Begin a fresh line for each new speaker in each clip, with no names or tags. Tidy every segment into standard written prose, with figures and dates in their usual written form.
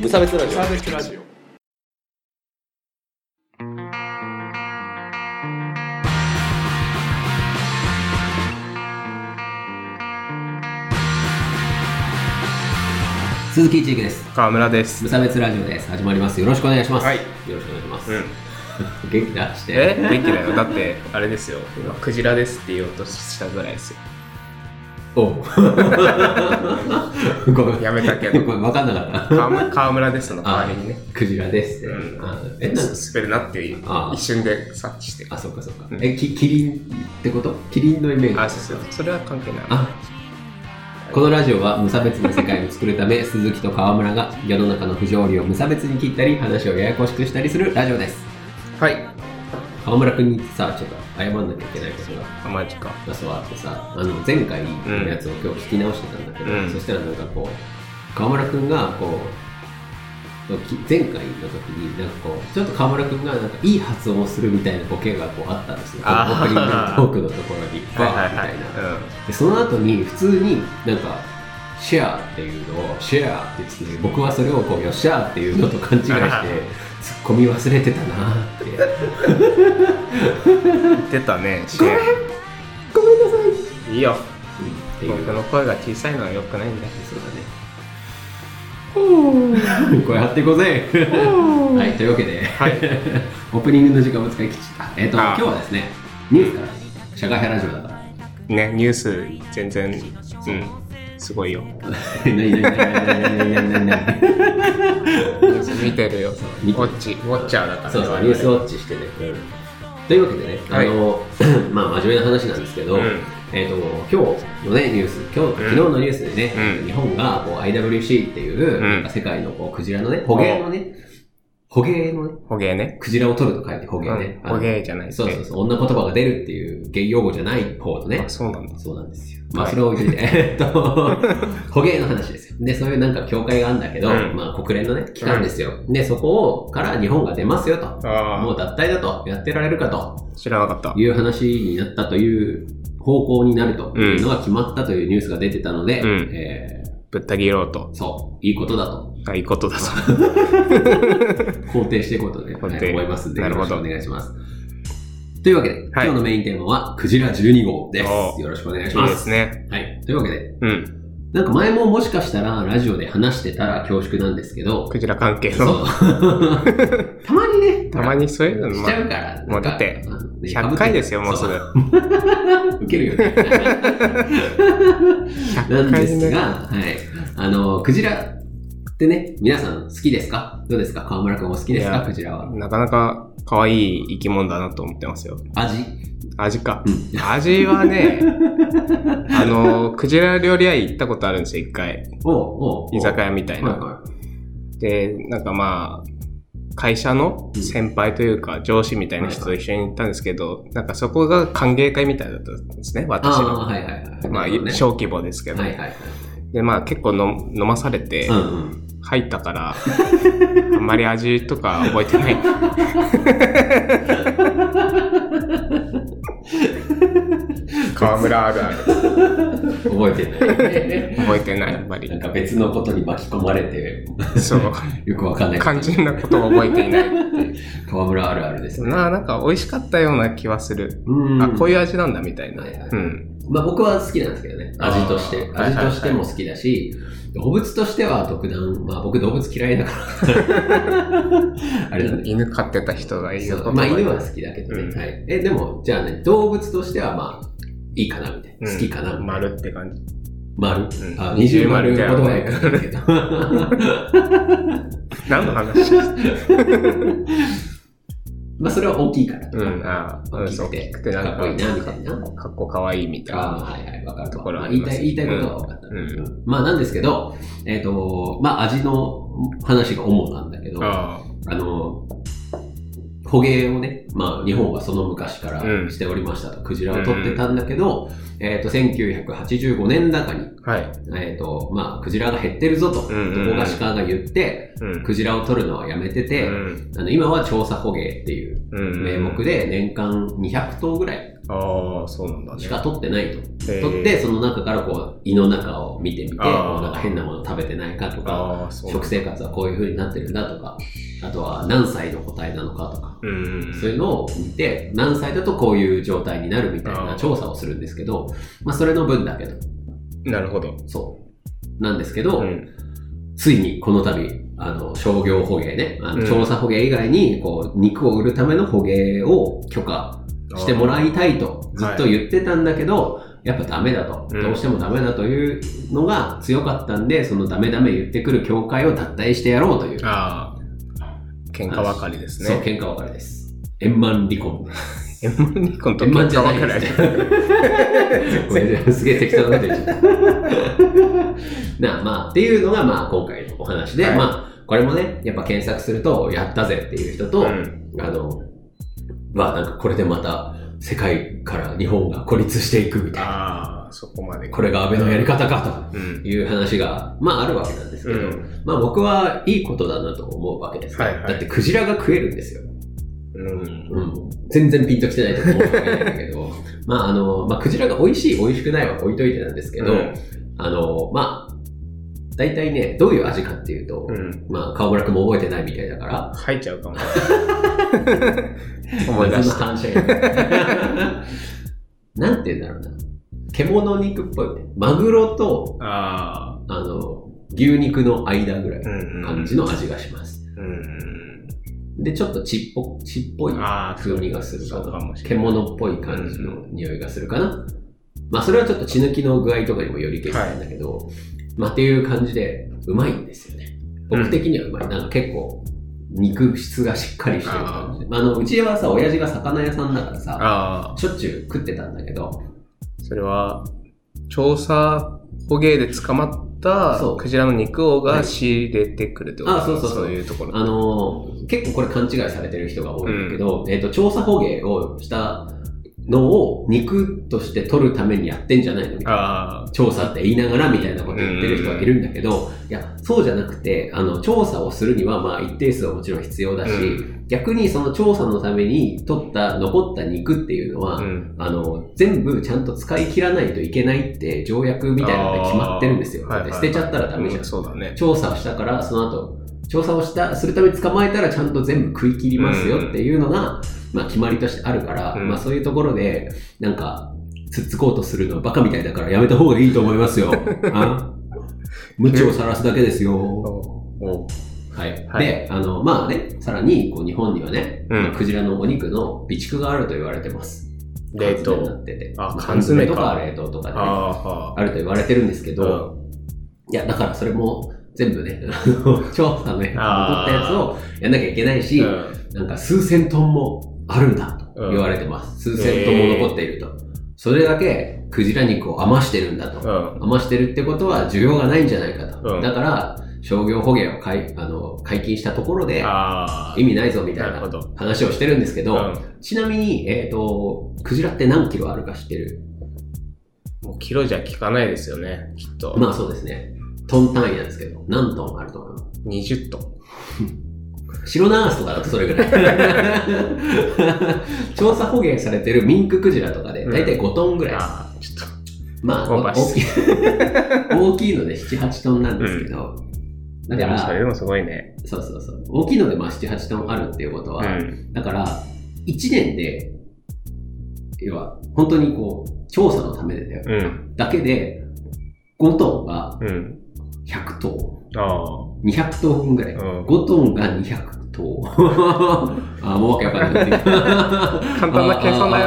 無差別ラジオ。
鈴木一之です。
川村です。
無差別ラジオです。始まります。よろしくお願いします。
はい。
よろしくお願いします。元気出して。
元気だよ。だってあれですよ。今クジラですって言おうとしたぐらいですよ。
おう。ごめん。
やめたけど。
ごめん、分かんなかった。
川村ですの代わりにね。
クジラですって。
滑るなっていう一瞬で察知して。
あ、そうかそうか。キリンってこと？キリンのイメージ。
あ、そう。それは関係ない。
このラジオは無差別な世界を作るため、鈴木と川村が世の中の不条理を無差別に切ったり、話をややこしくしたりするラジオです。
はい。
川村くんにさ、ちょっと謝んなきゃいけないことが
マジか。
そうあってさ、前回のやつを今日聞き直してたんだけど、そしたらなんかこう、川村くんがこう、前回の時になんかこうちょっと川村くんがなんかいい発音をするみたいなボケがこうあったんですよ。オープニングトークのところにバーみたいな。でその後に普通になんかシェアっていうのをシェアって言ってて、僕はそれをこうよっしゃーっていうのと勘違いして突っ込み忘れてたなーって
言ってたね。シェア。
ごめんなさい。
いいよ。僕の声が小さいのは良くないんだ。
そうだね。これやっていこうぜはい、というわけで、はい、オープニングの時間を使い切っちゃった。今日はですね、ニュースから社会派ラジオだから
ね、ニュース全然すごいよ
何ニュ
ース見てるよ。ウォッチャーだから、ね、
そうニュースウォッチしてね、というわけでね、はい、まあ真面目な話なんですけど、今日のねニュース、昨日のニュースでね、日本がこう IWC っていう、なんか世界のこうクジラのね、捕鯨ね、クジラを取ると書いて捕鯨ね、
捕鯨じゃないです
ね。そう、女言葉が出るっていう芸用語じゃない方のね。
そうなんだ。
そうなんですよ。まあそれを置いといて、捕鯨の話ですよ。で、そういうなんか協会があるんだけど、まあ国連のね、機関ですよ。で、そこから日本が出ますよと。もう脱退だと。やってられるかと。
知らなかった。
いう話になったという方向になるというのが決まったというニュースが出てたので、
ぶった切ろうと。
そう、いいことだと。
いいことだと。
肯定していこうとね、思いますんで、よろしくお願いします。というわけで、今日のメインテーマは、クジラ12号です。よろしくお願いします。
いいですね。
はい。というわけで、なんか前ももしかしたらラジオで話してたら恐縮なんですけど、
クジラ関係の。
たまにね、
たまにそういうの
しちゃうから。
もうだって、100回ですよ、もうすぐ。
ウケるよね。なんですが、はい。クジラってね、皆さん好きですか？どうですか？川村くんも好きですか？クジラは。
なかなか可愛い生き物だなと思ってますよ。味か。味はね、クジラ料理屋行ったことあるんですよ、一回。居酒屋みたいな。で、なんかまあ、会社の先輩というか上司みたいな人と一緒に行ったんですけど、なんかそこが歓迎会みたいだったんですね、私の。まあ、小規模ですけど。で、まあ結構飲まされて、入ったから、あんまり味とか覚えてない。川村あるある。
覚えてない。
覚えてない、やっぱり。
なんか別のことに巻き込まれて、
そう。
よくわかんない。
肝心なことを覚えていないっていう。
川村あるあるですね。
なんか美味しかったような気はする。こういう味なんだみたいな。
まあ僕は好きなんですけどね。味として。味としても好きだし、動物としては特段、まあ僕動物嫌いだから。あれなんで。
犬飼ってた人がいること
まあ犬は好きだけどね。はい。でも、じゃあね、動物としてはまあ、いいかなみたいな。好きかなみたいな。
丸って感じ。
丸20丸ほどはいかないけど。
何の話
まあそれは大きいから。
大きくて
かっこいいなみたいな。
かっこかわいいみたいな。
わかる
ところは
言いたいことは分かった。まあなんですけど、まあ味の話が主なんだけど、捕鯨をね、まあ日本はその昔からしておりましたと、クジラを取ってたんだけど、 1985年だかに、
はい。
まあ、クジラが減ってるぞと、大賀鹿が言って、クジラを取るのはやめてて、今は調査捕鯨っていう名目で年間200頭ぐらい
そうなんだね。
しか取ってないと。取って、その中からこう、胃の中を見てみて、なんか変なもの食べてないかとか、食生活はこういう風になってるんだとか、あとは何歳の個体なのかとか、そういうのを見て、何歳だとこういう状態になるみたいな調査をするんですけど、まあそれの分だけど。
なるほど。
そう。なんですけど、ついにこの度、商業捕鯨ね、調査捕鯨以外に、こう、肉を売るための捕鯨を許可してもらいたいとずっと言ってたんだけど、やっぱダメだと、どうしてもダメだというのが強かったんで、そのダメダメ言ってくる協会を脱退してやろうという。
喧嘩別れですね。
そう、喧嘩別れです。円満離婚。
円満離婚と喧嘩別れ。
これすげえ適当なこと言っちゃった。まあ、っていうのが、まあ、今回のお話で、まあ、これもね、やっぱ検索すると、やったぜっていう人と、まあなんかこれでまた世界から日本が孤立していくみたいな。
そこまで。
これが安倍のやり方かという話が、まああるわけなんですけど、まあ僕はいいことだなと思うわけですよ。だってクジラが食えるんですよ。全然ピンときてないと思うわけなんだけど、まあクジラが美味しい美味しくないは置いといてなんですけど、まあ大体ね、どういう味かっていうと、まあ、川村くんも覚えてないみたいだから。
吐いちゃうかも。
思い出した。なんて言うんだろうな。獣肉っぽいね。マグロと、牛肉の間ぐらいの感じの味がします。で、ちょっと血っぽい風味がするかな。獣っぽい感じの匂いがするかな。まあ、それはちょっと血抜きの具合とかにもよりけりなんだけど、まあ、っていう感じで、うまいんですよね。僕的にはうまい。なんか結構、肉質がしっかりしてる感じで。うちはさ、親父が魚屋さんだからさ、しょっちゅう食ってたんだけど。
それは、調査捕鯨で捕まったクジラの肉王が仕入れてくるってことですか？そういうところ。
結構これ勘違いされてる人が多いんだけど、調査捕鯨をしたのを肉として取るためにやってんじゃないのみたいな。調査って言いながらみたいなこと言ってる人がいるんだけど、いや、そうじゃなくて、調査をするにはまあ一定数はもちろん必要だし、逆にその調査のために残った肉っていうのは、全部ちゃんと使い切らないといけないって条約みたいなので決まってるんですよ。だって捨てちゃったらダメじゃん。
そうだね。
調査をしたから、その後、調査をするために捕まえたらちゃんと全部食い切りますよっていうのが、まあ決まりとしてあるから、まあそういうところで、なんか、つっつこうとするのはバカみたいだからやめた方がいいと思いますよ。無知を晒すだけですよ。はい。で、まあね、さらに、こう日本にはね、クジラのお肉の備蓄があると言われてます。
冷凍
になってて。
缶
詰とか冷凍とかで、ね、あると言われてるんですけど、いや、だからそれも全部ね、調査のね、残ったやつをやんなきゃいけないし、なんか数千トンもあるんだと言われてます。数千トンも残っていると。それだけクジラ肉を余してるんだと。余してるってことは需要がないんじゃないかと。だから、商業捕鯨を解禁したところで意味ないぞみたいな話をしてるんですけど、ちなみに、クジラって何キロあるか知ってる？
もうキロじゃ効かないですよね、きっと。
まあそうですね。トン単位なんですけど、何トンあると思います？
20 トン。
白ナースとかだとそれぐらい。調査捕鯨されてるミンククジラとかで、だいたい5トンぐらい。
ちょっと。
まあ、大きいので7、8トンなんですけど、だから、
それでもすごいね。
そう。大きいのでまあ7、8トンあるっていうことは、だから、1年で、要は、本当にこう、調査のためでだよ。だけで、5トンが100頭。200頭分ぐらい。5トンが200頭。もうわけわかんない。簡
単な計算だよ。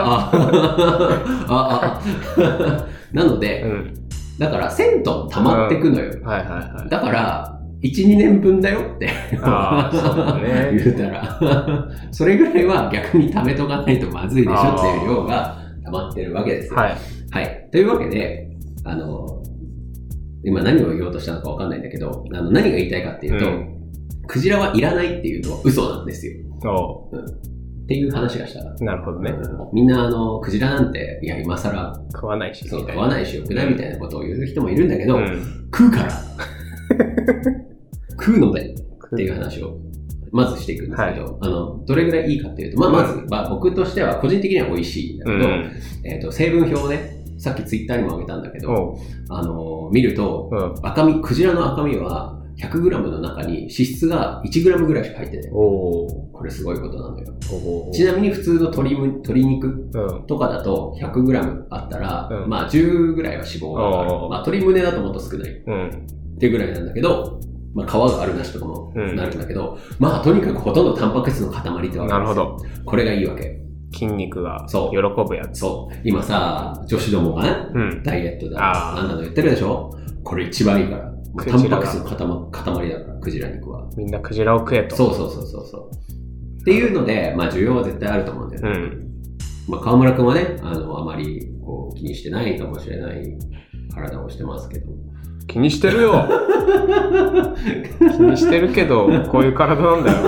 なので、だから1000トン溜まってくのよ。だから、1、2年分だよって言うたら、それぐらいは逆に貯めとかないとまずいでしょっていう量が溜まってるわけですよ。はい。というわけで、今何を言おうとしたのかわかんないんだけど、何が言いたいかっていうと、クジラはいらないっていうのは嘘なんですよ。 っていう話がした。
なるほどね。
みんなクジラなんて、いや、今更
食わないし。
そう、食わないしよくないみたいなことを言う人もいるんだけど、食うから食うのでっていう話をまずしていくんですけど、どれぐらいいいかっていうと、まず、僕としては個人的には美味しいんだけど、成分表をね、さっきツイッターにも上げたんだけど、見ると、クジラの赤身は 100g の中に脂質が 1g ぐらいしか入ってない。これすごいことなんだよ。ちなみに普通の鶏肉とかだと 100g あったら、まあ10ぐらいは脂肪がある。まあ鶏胸だともっと少ない。っていうぐらいなんだけど、まあ皮があるなしとかもなるんだけど、まあとにかくほとんどタンパク質の塊ってわけですよ。なるほど。これがいいわけ。
筋肉が喜ぶやつ。
そう。今さ、女子どもがね、ダイエットだ、なんなの言ってるでしょ？これ一番いいから。タンパク質の塊だから、クジラ肉は。
みんなクジラを食えと。
そう。っていうので、まあ需要は絶対あると思うんだよね。まあ川村くんはね、あまりこう気にしてないかもしれない体をしてますけど。
気にしてるよ気にしてるけど、こういう体なんだよ。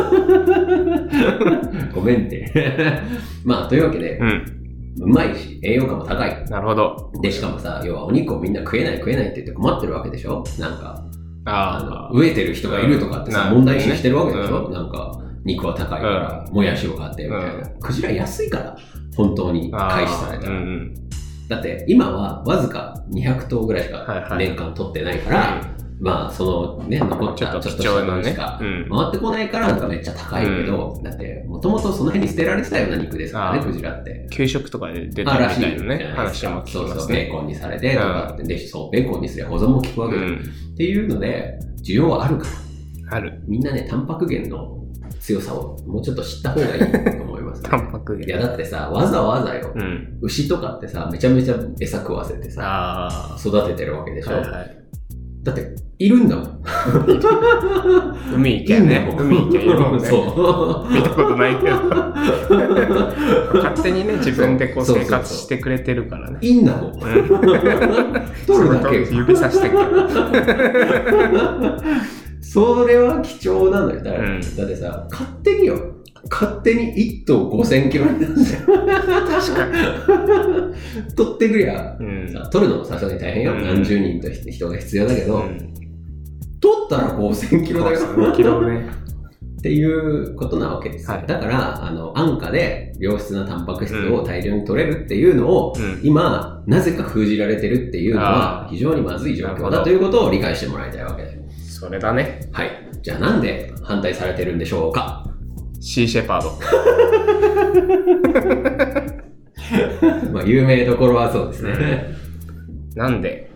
ごめんって。まあ、というわけで、うまいし、栄養価も高い。
なるほど。
で、しかもさ、要はお肉をみんな食えないって言って困ってるわけでしょ？なんか、飢えてる人がいるとかってさ、問題視してるわけでしょ？なんか、肉は高いから、もやしを買って、みたいな。クジラ安いから、本当に開始されたら。だって今はわずか200頭ぐらいしか年間取ってないから、まあそのね、残っちゃうちょっとした分しか回ってこないからなんかめっちゃ高いけど、だってもともとその辺に捨てられてたような肉ですからね、クジラって。
給食とかで出てるみたいなね、話も聞きますね。
そう、ベーコンにされてとかって、で、そう、ベーコンにすりゃ保存も効くわけで、っていうので、需要はあるから。ある。みんなね、タンパク源の強さをもうちょっと知った方がいいと思います、ね。
タンパク源。
いやだってさ、わざわざよ、牛とかってさ、めちゃめちゃ餌食わせてさ、育ててるわけでしょ。だって、いるんだもん。
海行けね。海行けいるもんね。そう。見たことないけど。勝手にね、自分でこう生活してくれてるからね。
いいんだもん。取るだけ。
指さしてくる。
それは貴重なんだよ。だってさ、勝手に1頭5000キロになるんだよ。確かに。取ってくりゃ、取るのもさすがに大変よ。何十人と人が必要だけど、取ったら5000キロだよ。
5000キロね。
っていうことなわけですよ。だから、安価で良質なタンパク質を大量に取れるっていうのを、今、なぜか封じられてるっていうのは、非常にまずい状況だということを理解してもらいたいわけで。
それだね。
はい。じゃあなんで反対されてるんでしょうか？
シーシェパード。
まあ有名どころはそうですね。
なんで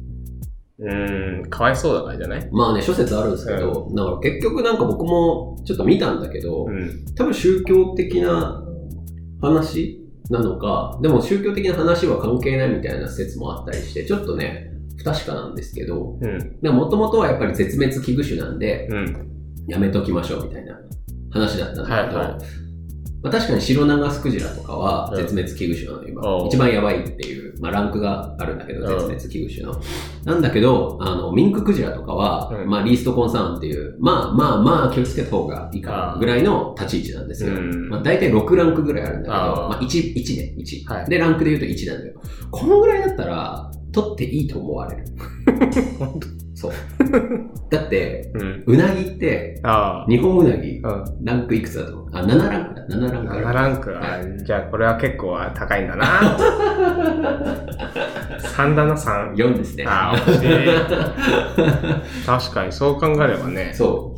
かわいそうだからじゃない？
まあね、諸説あるんですけど、だから結局なんか僕もちょっと見たんだけど、多分宗教的な話なのか、でも宗教的な話は関係ないみたいな説もあったりして、ちょっとね、不確かなんですけど、もともとはやっぱり絶滅危惧種なんで、やめときましょうみたいな話だったんだけど、まあ、確かにシロナガスクジラとかは絶滅危惧種なの、今。一番やばいっていう、まあランクがあるんだけど、絶滅危惧種の。なんだけど、ミンククジラとかは、まあリーストコンサーンっていう、まあ気をつけた方がいいかなぐらいの立ち位置なんですよ。まあ大体6ランクぐらいあるんだけど、まあ1ね、1。で、ランクで言うと1なんだよ。このぐらいだったら、取っていいと思われる。そう。だって、うなぎって、日本うなぎ、ランクいくつだと思う？7ランクだ。7ランク。
7ランク。じゃあこれは結構高いんだな。3だな、3。
4ですね。
惜しい。確かに、そう考えればね。
そう。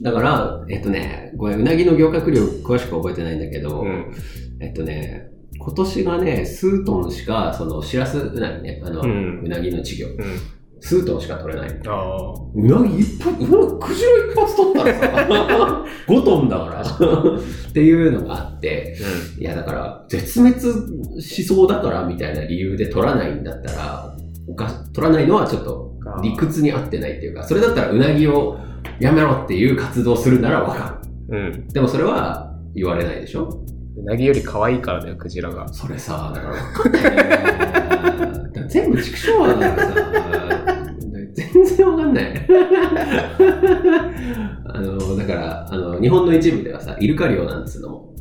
だから、ごめん、うなぎの漁獲量詳しく覚えてないんだけど、今年がね、数トンしか、シラスうなぎね、うなぎの稚魚。数トンしか取れない。うなぎ一発、クジラ一発取ったらさ、5トンだから。っていうのがあって、いやだから、絶滅しそうだからみたいな理由で取らないんだったら、取らないのはちょっと理屈に合ってないっていうか、それだったらうなぎをやめろっていう活動するならわかる。でもそれは言われないでしょ？
うなぎより可愛いからだよ、クジラが。
それさ、だから分かんないね。全部畜生だからさ、全然分かんない。だから、日本の一部ではさ、イルカ漁なんつうのも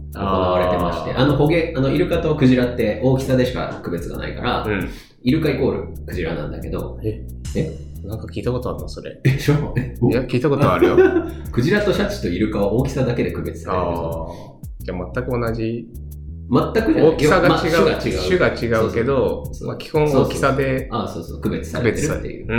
行われてまして、イルカとクジラって大きさでしか区別がないから、イルカイコールクジラなんだけど、
なんか聞いたことあるのそれ。
い
や、聞いたことあるよ。
クジラとシャチとイルカは大きさだけで区別される。
じゃあ全く同じ。
全くじゃない。
大きさが違う。種が違うけど、基本大きさで。
区別されてるっていう。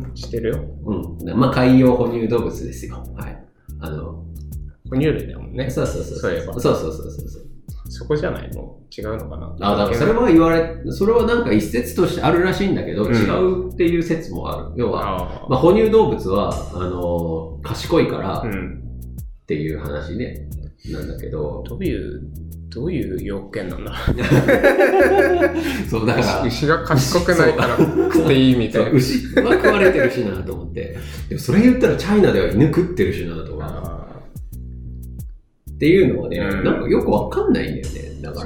知ってるよ。
海洋哺乳動物ですよ。はい。
哺乳類だもんね。
そう。
そういえば。
そう。
そこじゃないの？違うのかな？
だからそれはなんか一説としてあるらしいんだけど、違うっていう説もある。要は、哺乳動物は、賢いから、っていう話ね、なんだけど。
どういう要件なんだ
そう、だから。
牛が賢くないから食っていいみたいな。
牛は食われてるしなと思って。でもそれ言ったらチャイナでは犬食ってるしなとか。っていうのはね、なんかよくわかんないんだよね。だから、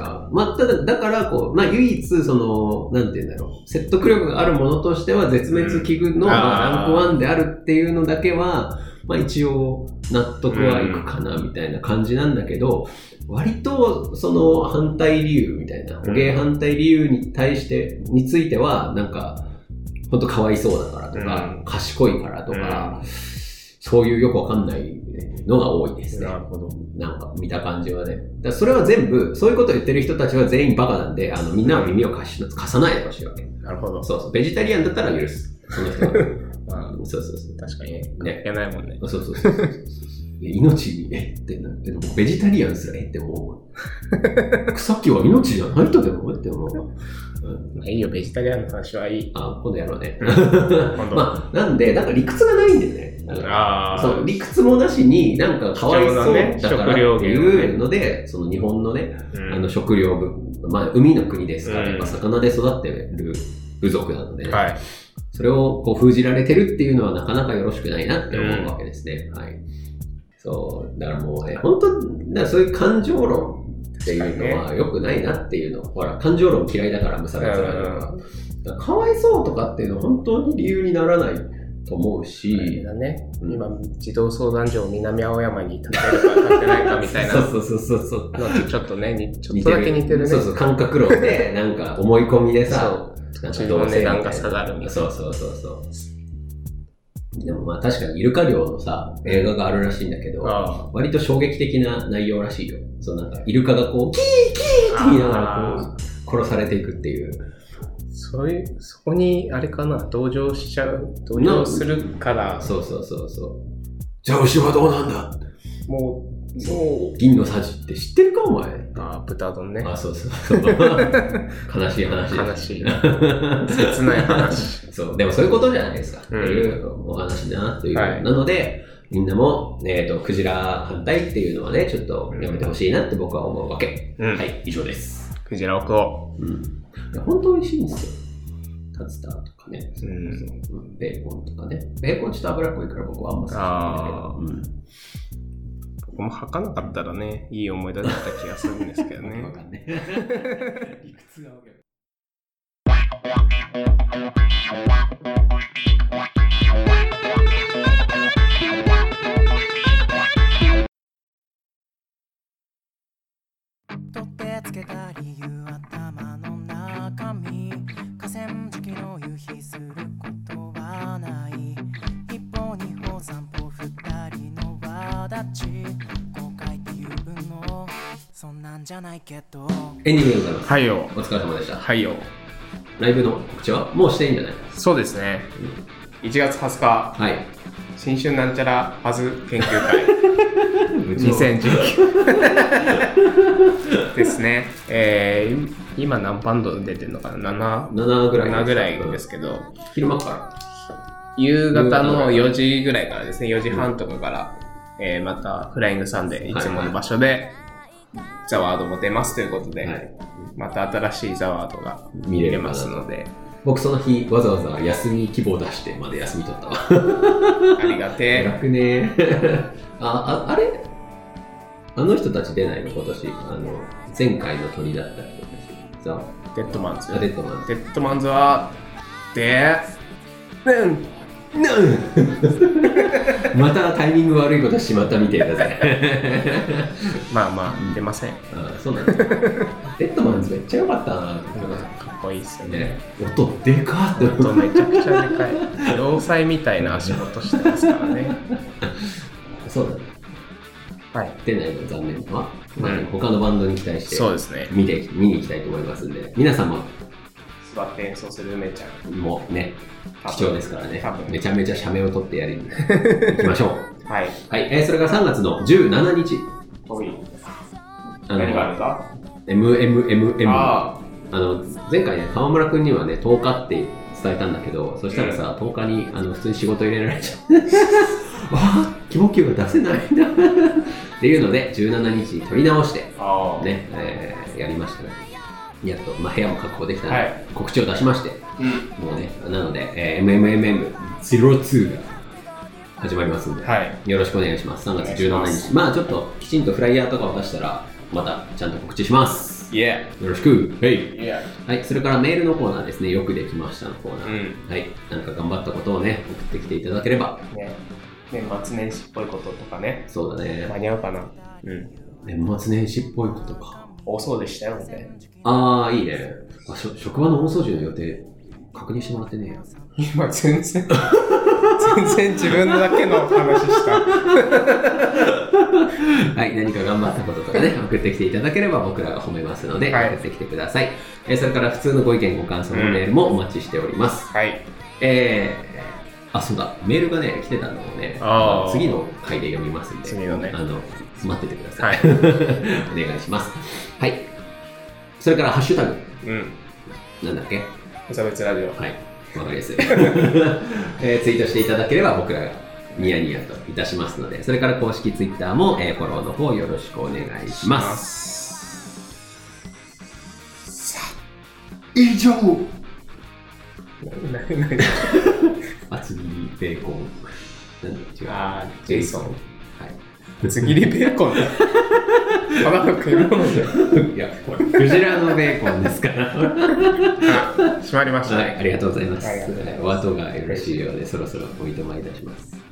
だから唯一、なんていうんだろう、説得力があるものとしては、絶滅危惧の、ランク1であるっていうのだけは、一応、納得はいくかな、みたいな感じなんだけど、割と、反対理由みたいな、捕鯨反対理由については、なんか、ほんとかわいそうだからとか、賢いからとか、そういうよくわかんないのが多いですね。
なるほど。
なんか見た感じはね。だそれは全部、そういうことを言ってる人たちは全員バカなんで、みんなは耳を貸さないでほしいわけ。
なるほど。
そう。ベジタリアンだったら許す。その人は。そう。
確かにね。やないもんね。
そう。命にってなって、ベジタリアンすらって思う。草木は命じゃないとでもって思う。
いいよ、ベジタリアンの話はいい。
今度やろうね。なんで、なんか理屈がないんだよね。そう理屈もなしになんかかわいそうだからっていうので、その日本のね、食料分、海の国ですから、やっぱ魚で育ってる部族なので、それを封じられてるっていうのはなかなかよろしくないなって思うわけですね。はい。そう、だからもうね、本当そういう感情論っていうのは良くないなっていうの。ほら、感情論嫌いだから無差別なのか。かわいそうとかっていうのは本当に理由にならないと思うし。
だね。今、児童相談所を南青山に建てるか建てないかみたいな。
そう。
ちょっとね、ちょっとだけ似てるね。
そう、感覚論で、なんか思い込みでさ、
うちの値段が下がるみたいな。
そう。でも確かにイルカ漁のさ、映画があるらしいんだけど、割と衝撃的な内容らしいよ。なんかイルカがキーキーって言いながら殺されていくっていう。
そこにあれかな、同情するから。
そう。じゃあ牛はどうなんだ。もう銀のさじって知ってるかお前。
豚丼ね。
そう。悲しい話。
悲しい。切ない話。
そう。でもそういうことじゃないですか。というお話だなという。なので、みんなも、クジラ反対っていうのはね、ちょっとやめてほしいなって僕は思うわけ。はい、以上です。
クジラを食お
う。本当美味しいんですよ。竜田とかね。ベーコンとかね。ベーコンちょっと脂っこいから僕はあんま好きなんだけど。
僕も吐かなかったらね、いい思い出だった気がするんですけどね。
わかんね。理屈がわかる。
取ってつけた理由頭の中身河川敷の夕日することはない一歩二歩三歩二人の輪立ち後悔っていうのそんなんじゃないけど
エンディングでございます。
はいよ。
お疲れ様でした。
はいよ。
ライブの告知はもうしていいんじゃない？
そうですね。1月20日。
はい。
新春なんちゃらバズ研究会2019ですね。今何バンド出てるのかな 7ぐらいですけど、
昼間から
夕方の4時ぐらいからですね、4時半とかから、またフライングサンデーいつもの場所でザワードも出ますということで、また新しいザワードが見れますので、
僕その日わざわざ休み希望出してまで休み取ったわ。
ありがてえ。
楽ね。あれあの人たち出ないの今年。前回の鳥だった人たち。さ
デッドマンズ。
デッドマンズ
は
またタイミング悪いことしまったみたいだぜ。
まあ出ません。
そうなんですか。デッドマンズめっちゃ良かったな。か
っこいいっすよね。
音でかっ。
音めちゃくちゃでかい。要塞みたいな足元してますからね。
そうだね。
はい。
出ないの残念は、他のバンドに期待して
そうですね。
見に行きたいと思いますんで、皆さんも
座って演奏する梅ちゃん
もね、貴重ですからね。めちゃめちゃ写メを撮ってやりに行きましょう。
はい。
はい。それから3月の17日。
何があるか
?MMMM。前回ね、川村くんにはね、10日って伝えたんだけど、そしたらさ、10日に普通に仕事入れられちゃう。わあ、希望給が出せないんだ。っていうので、17日に取り直して、ね、やりましたね。やっと、部屋も確保できたので、告知を出しまして、もうね、なので、MMMM02 が始まりますんで、よろしくお願いします。3月17日。ちょっときちんとフライヤーとかを出したら、またちゃんと告知します。よろしく。はい、それからメールのコーナーですね。よくできましたのコーナー。はい、なんか頑張ったことをね、送ってきていただければ。
年末年始っぽいこととかね。
そうだね。
間に合うかな。
年末年始っぽいことか。
大掃除したよみたい
な。いいね。職場の大掃除の予定確認してもらってね。
今全然自分だけの話した。
はい、何か頑張ったこととかね、送ってきていただければ僕らが褒めますので、送ってきてください。それから普通のご意見ご感想のメールもお待ちしております。そうだ、メールがね、来てたのをね、次の回で読みますんで、待っててください。お願いします。はい。それからハッシュタグ。なんだっけ？
無差別ラジオ。
はい。わかりやすい。ツイートしていただければ僕らがニヤニヤといたしますので、それから公式ツイッターも、フォローの方よろしくお願いします。以上。厚切りベーコン。なんだ違う。
ジェイソン。はい。厚切りベーコンだ。ただの食い物で。
いや、これクジラのベーコンですから。
閉まりました。
はい、ありがとうございます。お後がよろしいようで、そろそろおいとまいたします。